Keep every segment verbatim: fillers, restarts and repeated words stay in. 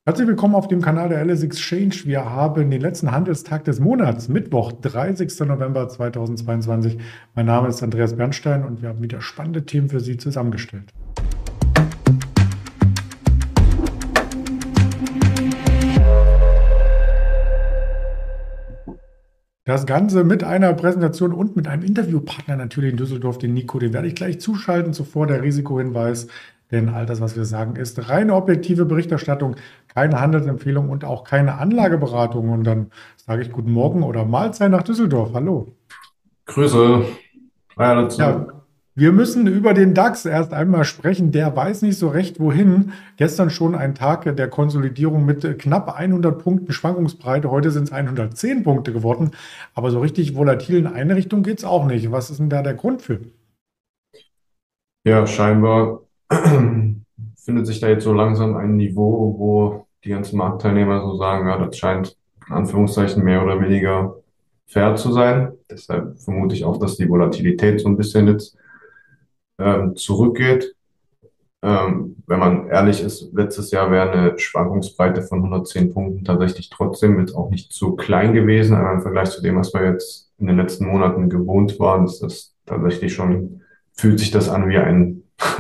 Herzlich willkommen auf dem Kanal der L S Exchange. Wir haben den letzten Handelstag des Monats, Mittwoch, dreißigster November zweitausendzweiundzwanzig. Mein Name ist Andreas Bernstein und wir haben wieder spannende Themen für Sie zusammengestellt. Das Ganze mit einer Präsentation und mit einem Interviewpartner natürlich in Düsseldorf, den Nico. Den werde ich gleich zuschalten. Zuvor der Risikohinweis, denn all das, was wir sagen, ist reine objektive Berichterstattung, keine Handelsempfehlung und auch keine Anlageberatung. Und dann sage ich guten Morgen oder Mahlzeit nach Düsseldorf. Hallo. Grüße. Ja, dazu. Ja, wir müssen über den DAX erst einmal sprechen. Der weiß nicht so recht, wohin. Gestern schon ein Tag der Konsolidierung mit äh, knapp hundert Punkten Schwankungsbreite. Heute sind es hundertzehn Punkte geworden. Aber so richtig volatil in eine Richtung geht es auch nicht. Was ist denn da der Grund für? Ja, scheinbar findet sich da jetzt so langsam ein Niveau, wo die ganzen Marktteilnehmer so sagen, ja, das scheint in Anführungszeichen mehr oder weniger fair zu sein. Deshalb vermute ich auch, dass die Volatilität so ein bisschen jetzt ähm, zurückgeht. Ähm, wenn man ehrlich ist, letztes Jahr wäre eine Schwankungsbreite von hundertzehn Punkten tatsächlich trotzdem jetzt auch nicht so klein gewesen, aber im Vergleich zu dem, was wir jetzt in den letzten Monaten gewohnt waren, ist das tatsächlich schon, fühlt sich das an wie ein,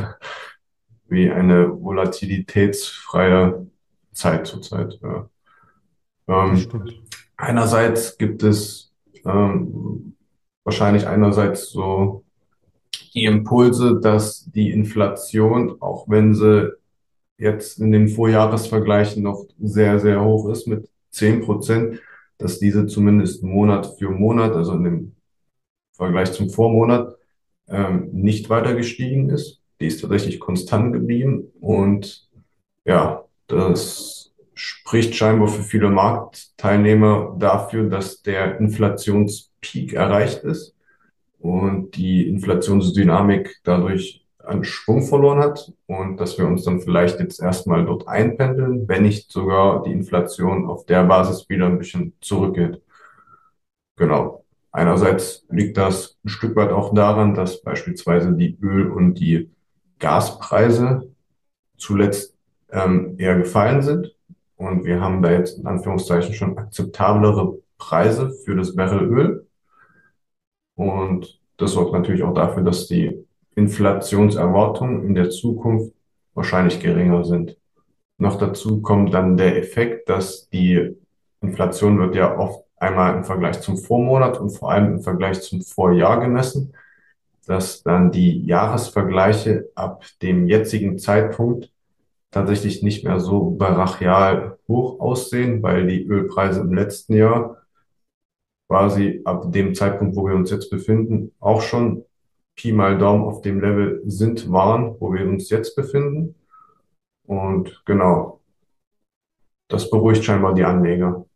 wie eine volatilitätsfreie Zeit zurzeit. Ja. Das Ähm, stimmt. einerseits gibt es ähm, wahrscheinlich einerseits so die Impulse, dass die Inflation, auch wenn sie jetzt in den Vorjahresvergleichen noch sehr, sehr hoch ist mit zehn Prozent, dass diese zumindest Monat für Monat, also in dem Vergleich zum Vormonat, ähm, nicht weiter gestiegen ist. Die ist tatsächlich konstant geblieben und ja, das spricht scheinbar für viele Marktteilnehmer dafür, dass der Inflationspeak erreicht ist und die Inflationsdynamik dadurch an Schwung verloren hat und dass wir uns dann vielleicht jetzt erstmal dort einpendeln, wenn nicht sogar die Inflation auf der Basis wieder ein bisschen zurückgeht. Genau. Einerseits liegt das ein Stück weit auch daran, dass beispielsweise die Öl- und die Gaspreise zuletzt ähm, eher gefallen sind. Und wir haben da jetzt in Anführungszeichen schon akzeptablere Preise für das Barrel Öl. Und das sorgt natürlich auch dafür, dass die Inflationserwartungen in der Zukunft wahrscheinlich geringer sind. Noch dazu kommt dann der Effekt, dass die Inflation wird ja oft einmal im Vergleich zum Vormonat und vor allem im Vergleich zum Vorjahr gemessen, dass dann die Jahresvergleiche ab dem jetzigen Zeitpunkt tatsächlich nicht mehr so brachial hoch aussehen, weil die Ölpreise im letzten Jahr quasi ab dem Zeitpunkt, wo wir uns jetzt befinden, auch schon Pi mal Daumen auf dem Level sind, waren, wo wir uns jetzt befinden. Und genau, das beruhigt scheinbar die Anleger.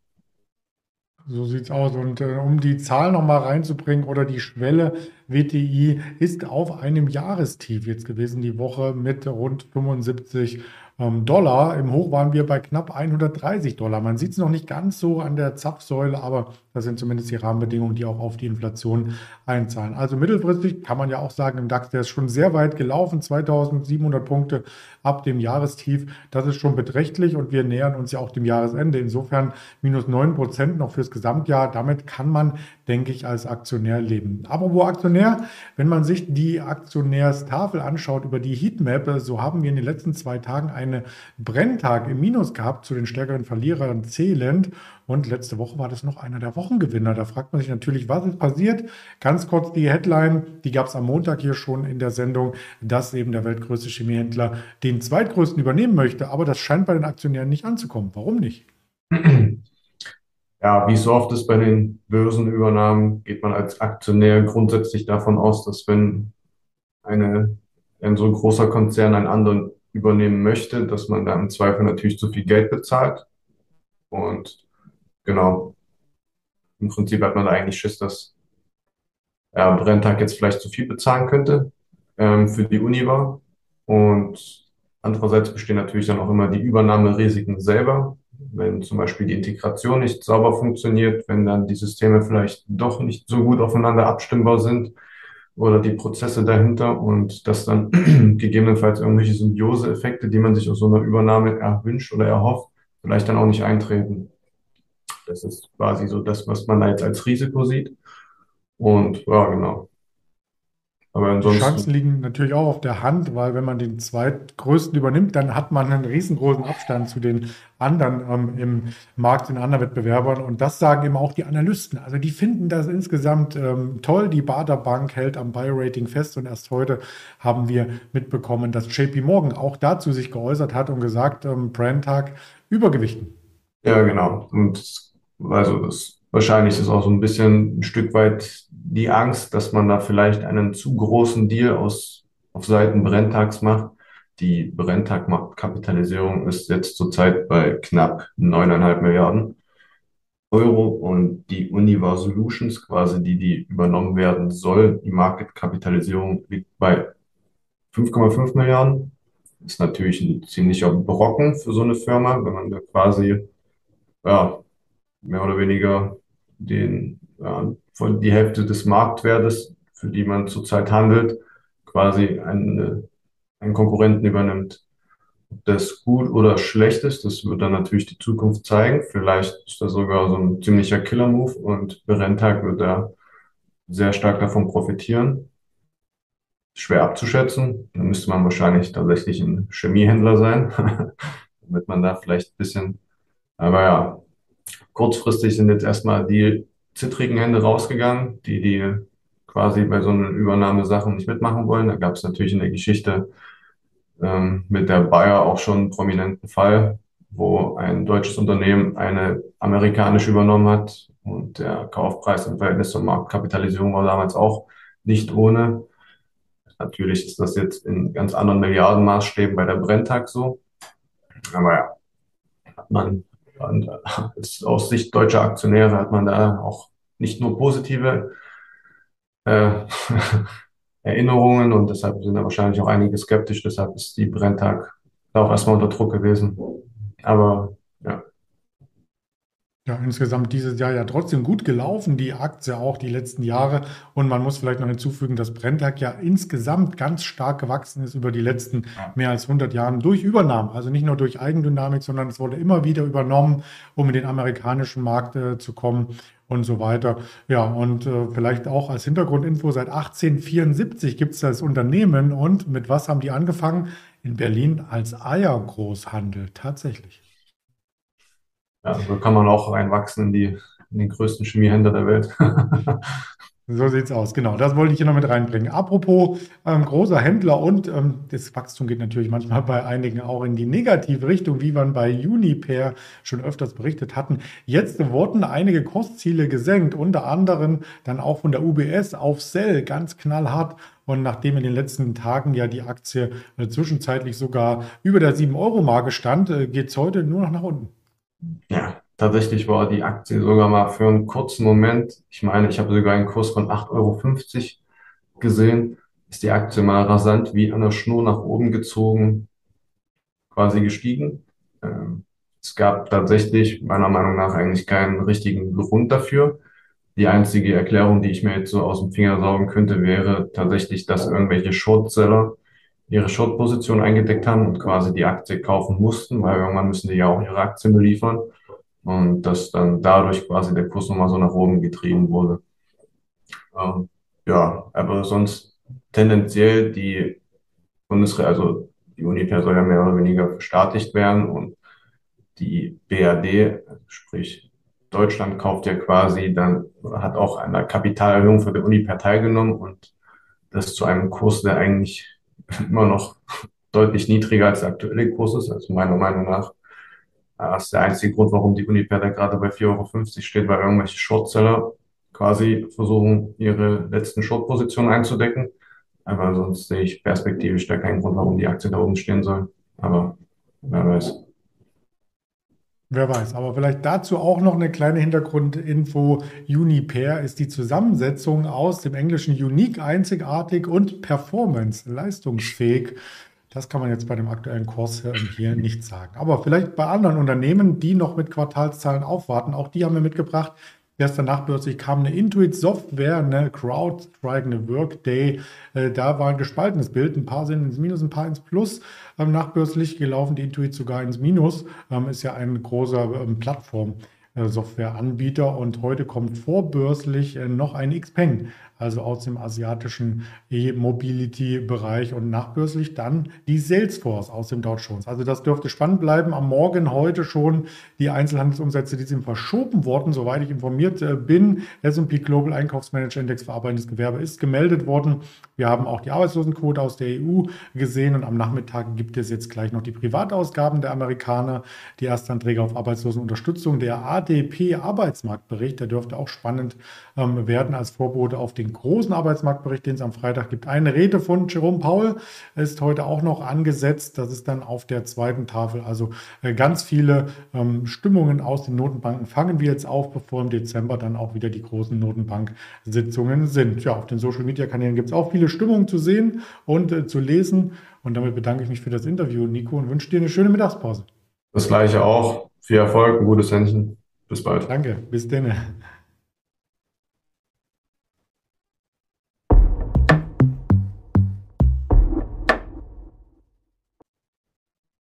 So sieht's aus. Und äh, um die Zahl nochmal reinzubringen oder die Schwelle W T I ist auf einem Jahrestief jetzt gewesen die Woche mit rund fünfundsiebzig ähm, Dollar. Im Hoch waren wir bei knapp hundertdreißig Dollar. Man sieht es noch nicht ganz so an der Zapfsäule, aber das sind zumindest die Rahmenbedingungen, die auch auf die Inflation einzahlen. Also mittelfristig kann man ja auch sagen, im DAX, der ist schon sehr weit gelaufen, zweitausendsiebenhundert Punkte ab dem Jahrestief. Das ist schon beträchtlich und wir nähern uns ja auch dem Jahresende. Insofern minus neun Prozent noch fürs Gesamtjahr. Damit kann man, denke ich, als Aktionär leben. Apropos Aktionär, wenn man sich die Aktionärstafel anschaut über die Heatmap, so haben wir in den letzten zwei Tagen einen Brenntag im Minus gehabt, zu den stärkeren Verlierern zählend. Und letzte Woche war das noch einer der Wochengewinner. Da fragt man sich natürlich, was ist passiert? Ganz kurz die Headline, die gab es am Montag hier schon in der Sendung, dass eben der weltgrößte Chemiehändler den zweitgrößten übernehmen möchte. Aber das scheint bei den Aktionären nicht anzukommen. Warum nicht? Ja, wie es so oft ist bei den Börsenübernahmen, geht man als Aktionär grundsätzlich davon aus, dass wenn eine, ein so großer Konzern einen anderen übernehmen möchte, dass man da im Zweifel natürlich zu viel Geld bezahlt. Und genau, im Prinzip hat man da eigentlich Schiss, dass ja, Brenntag jetzt vielleicht zu viel bezahlen könnte ähm, für die Univar. Und andererseits bestehen natürlich dann auch immer die Übernahmerisiken selber. Wenn zum Beispiel die Integration nicht sauber funktioniert, wenn dann die Systeme vielleicht doch nicht so gut aufeinander abstimmbar sind oder die Prozesse dahinter und dass dann gegebenenfalls irgendwelche Symbioseeffekte, die man sich aus so einer Übernahme erwünscht oder erhofft, vielleicht dann auch nicht eintreten. Das ist quasi so das, was man da jetzt als Risiko sieht. Und ja, genau. Aber Die Chancen ansonsten, liegen natürlich auch auf der Hand, weil wenn man den zweitgrößten übernimmt, dann hat man einen riesengroßen Abstand zu den anderen ähm, im Markt, den anderen Wettbewerbern. Und das sagen eben auch die Analysten. Also die finden das insgesamt ähm, toll. Die Baader Bank hält am Buy-Rating fest und erst heute haben wir mitbekommen, dass J P Morgan auch dazu sich geäußert hat und gesagt, ähm, Brandtag übergewichten. ja, genau. Und also das wahrscheinlich ist auch so ein bisschen ein Stück weit die Angst, dass man da vielleicht einen zu großen Deal aus, auf Seiten Brenntag macht. Die Brenntag-Kapitalisierung ist jetzt zurzeit bei knapp neuneinhalb Milliarden Euro und die Univar Solutions, quasi die, die übernommen werden soll, die Marketkapitalisierung liegt bei fünf Komma fünf Milliarden. Ist natürlich ein ziemlicher Brocken für so eine Firma, wenn man da quasi ja, mehr oder weniger den, ja, von die Hälfte des Marktwertes, für die man zurzeit handelt, quasi einen, einen Konkurrenten übernimmt. Ob das gut oder schlecht ist, das wird dann natürlich die Zukunft zeigen. Vielleicht ist das sogar so ein ziemlicher Killer-Move und Brenntag wird da sehr stark davon profitieren. Schwer abzuschätzen. Da müsste man wahrscheinlich tatsächlich ein Chemiehändler sein, damit man da vielleicht ein bisschen, aber ja, kurzfristig sind jetzt erstmal die zittrigen Hände rausgegangen, die, die quasi bei so einer Übernahme Sachen nicht mitmachen wollen. Da gab es natürlich in der Geschichte ähm, mit der Bayer auch schon einen prominenten Fall, wo ein deutsches Unternehmen eine amerikanische übernommen hat und der Kaufpreis im Verhältnis zur Marktkapitalisierung war damals auch nicht ohne. Natürlich ist das jetzt in ganz anderen Milliardenmaßstäben bei der Brenntag so. Aber ja, hat man und, äh, aus Sicht deutscher Aktionäre hat man da auch nicht nur positive äh, Erinnerungen und deshalb sind da wahrscheinlich auch einige skeptisch. Deshalb ist die Brenntag da auch erstmal unter Druck gewesen. Aber ja, Ja, insgesamt dieses Jahr ja trotzdem gut gelaufen, die Aktie auch die letzten Jahre. Und man muss vielleicht noch hinzufügen, dass Brenntag ja insgesamt ganz stark gewachsen ist über die letzten mehr als hundert Jahren durch Übernahmen. Also nicht nur durch Eigendynamik, sondern es wurde immer wieder übernommen, um in den amerikanischen Markt äh, zu kommen und so weiter. Ja, und äh, vielleicht auch als Hintergrundinfo, seit achtzehnhundertvierundsiebzig gibt es das Unternehmen. Und mit was haben die angefangen? In Berlin als Eiergroßhandel, tatsächlich. ja, so kann man auch reinwachsen in die, in den größten Chemiehändler der Welt. So sieht's aus, genau. Das wollte ich hier noch mit reinbringen. Apropos ähm, großer Händler und ähm, das Wachstum geht natürlich manchmal bei einigen auch in die negative Richtung, wie wir bei Uniper schon öfters berichtet hatten. Jetzt wurden einige Kursziele gesenkt, unter anderem dann auch von der U B S auf Sell, ganz knallhart. Und nachdem in den letzten Tagen ja die Aktie äh, zwischenzeitlich sogar über der sieben-Euro-Marke stand, äh, geht's heute nur noch nach unten. Ja, tatsächlich war die Aktie sogar mal für einen kurzen Moment, ich meine, ich habe sogar einen Kurs von acht Euro fünfzig gesehen, ist die Aktie mal rasant wie an der Schnur nach oben gezogen, quasi gestiegen. Ähm, es gab tatsächlich meiner Meinung nach eigentlich keinen richtigen Grund dafür. Die einzige Erklärung, die ich mir jetzt so aus dem Finger saugen könnte, wäre tatsächlich, dass irgendwelche Shortseller ihre Short-Position eingedeckt haben und quasi die Aktie kaufen mussten, weil irgendwann müssen die ja auch ihre Aktien beliefern und dass dann dadurch quasi der Kurs nochmal so nach oben getrieben wurde. Ähm, ja, aber sonst tendenziell die Bundesrepublik, also die Uniper soll ja mehr oder weniger verstaatlicht werden und die B R D, sprich Deutschland kauft ja quasi dann, oder hat auch an der Kapitalerhöhung für die Uniper teilgenommen und das zu einem Kurs, der eigentlich immer noch deutlich niedriger als der aktuelle Kurs ist. Also meiner Meinung nach äh, ist der einzige Grund, warum die Uniper da gerade bei vier Euro fünfzig steht, weil irgendwelche Shortseller quasi versuchen, ihre letzten Short-Positionen einzudecken. Aber sonst sehe ich perspektivisch da keinen Grund, warum die Aktie da oben stehen soll. Aber wer weiß. Wer weiß, aber vielleicht dazu auch noch eine kleine Hintergrundinfo. Uniper ist die Zusammensetzung aus dem englischen unique, einzigartig und Performance, leistungsfähig. Das kann man jetzt bei dem aktuellen Kurs hier nicht sagen. Aber vielleicht bei anderen Unternehmen, die noch mit Quartalszahlen aufwarten, auch die haben wir mitgebracht. Gestern nachbörslich kam eine Intuit Software, eine CrowdStrike, eine Workday. Äh, da war ein gespaltenes Bild. Ein paar sind ins Minus, ein paar ins Plus. Ähm, nachbörslich gelaufen, die Intuit sogar ins Minus. Ähm, ist ja ein großer ähm, Plattform. äh, Softwareanbieter und heute kommt vorbörslich äh, noch ein Xpeng, also aus dem asiatischen E-Mobility-Bereich und nachbörslich dann die Salesforce aus dem Dow Jones. Also das dürfte spannend bleiben. Am Morgen heute schon die Einzelhandelsumsätze, die sind verschoben worden, soweit ich informiert äh, bin. S und P Global Einkaufsmanager Index verarbeitendes Gewerbe ist gemeldet worden. Wir haben auch die Arbeitslosenquote aus der E U gesehen und am Nachmittag gibt es jetzt gleich noch die Privatausgaben der Amerikaner, die Erstanträge auf Arbeitslosenunterstützung, der A D P-Arbeitsmarktbericht, der dürfte auch spannend ähm, werden als Vorbote auf den großen Arbeitsmarktbericht, den es am Freitag gibt. Eine Rede von Jerome Powell ist heute auch noch angesetzt. Das ist dann auf der zweiten Tafel. Also äh, ganz viele ähm, Stimmungen aus den Notenbanken fangen wir jetzt auf, bevor im Dezember dann auch wieder die großen Notenbank-Sitzungen sind. Ja, auf den Social-Media-Kanälen gibt es auch viele Stimmungen zu sehen und äh, zu lesen. Und damit bedanke ich mich für das Interview, Nico, und wünsche dir eine schöne Mittagspause. Das gleiche auch. Viel Erfolg, ein gutes Händchen. Bis bald. Danke, bis dann.